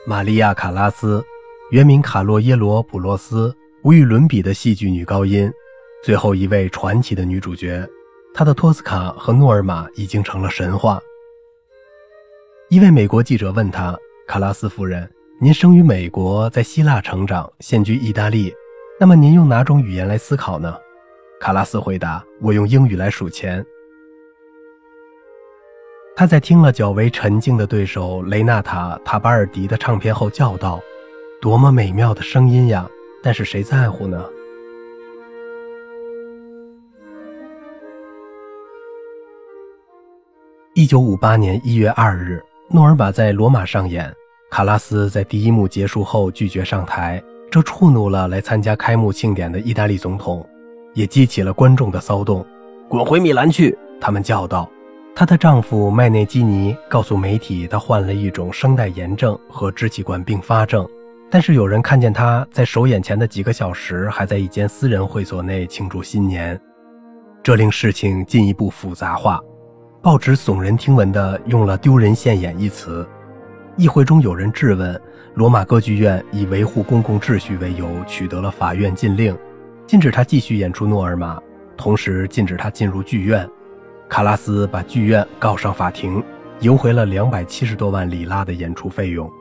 玛利亚·卡拉斯，原名卡洛耶罗·普洛斯，无与伦比的戏剧女高音，最后一位传奇的女主角。她的托斯卡和诺尔玛已经成了神话。一位美国记者问她，卡拉斯夫人，您生于美国，在希腊成长，现居意大利，那么您用哪种语言来思考呢？卡拉斯回答，我用英语来数钱。他在听了较为沉静的对手雷纳塔·塔巴尔迪的唱片后叫道，多么美妙的声音呀，但是谁在乎呢？1958年1月2日，诺尔玛在罗马上演，卡拉斯在第一幕结束后拒绝上台，这触怒了来参加开幕庆典的意大利总统，也激起了观众的骚动。滚回米兰去，他们叫道。她的丈夫麦内基尼告诉媒体，她患了一种声带炎症和支气管并发症，但是有人看见她在首演前的几个小时还在一间私人会所内庆祝新年，这令事情进一步复杂化。报纸耸人听闻地用了丢人现眼一词。议会中有人质问，罗马歌剧院以维护公共秩序为由取得了法院禁令，禁止他继续演出诺尔玛，同时禁止他进入剧院。卡拉斯把剧院告上法庭，赢回了270多万里拉的演出费用。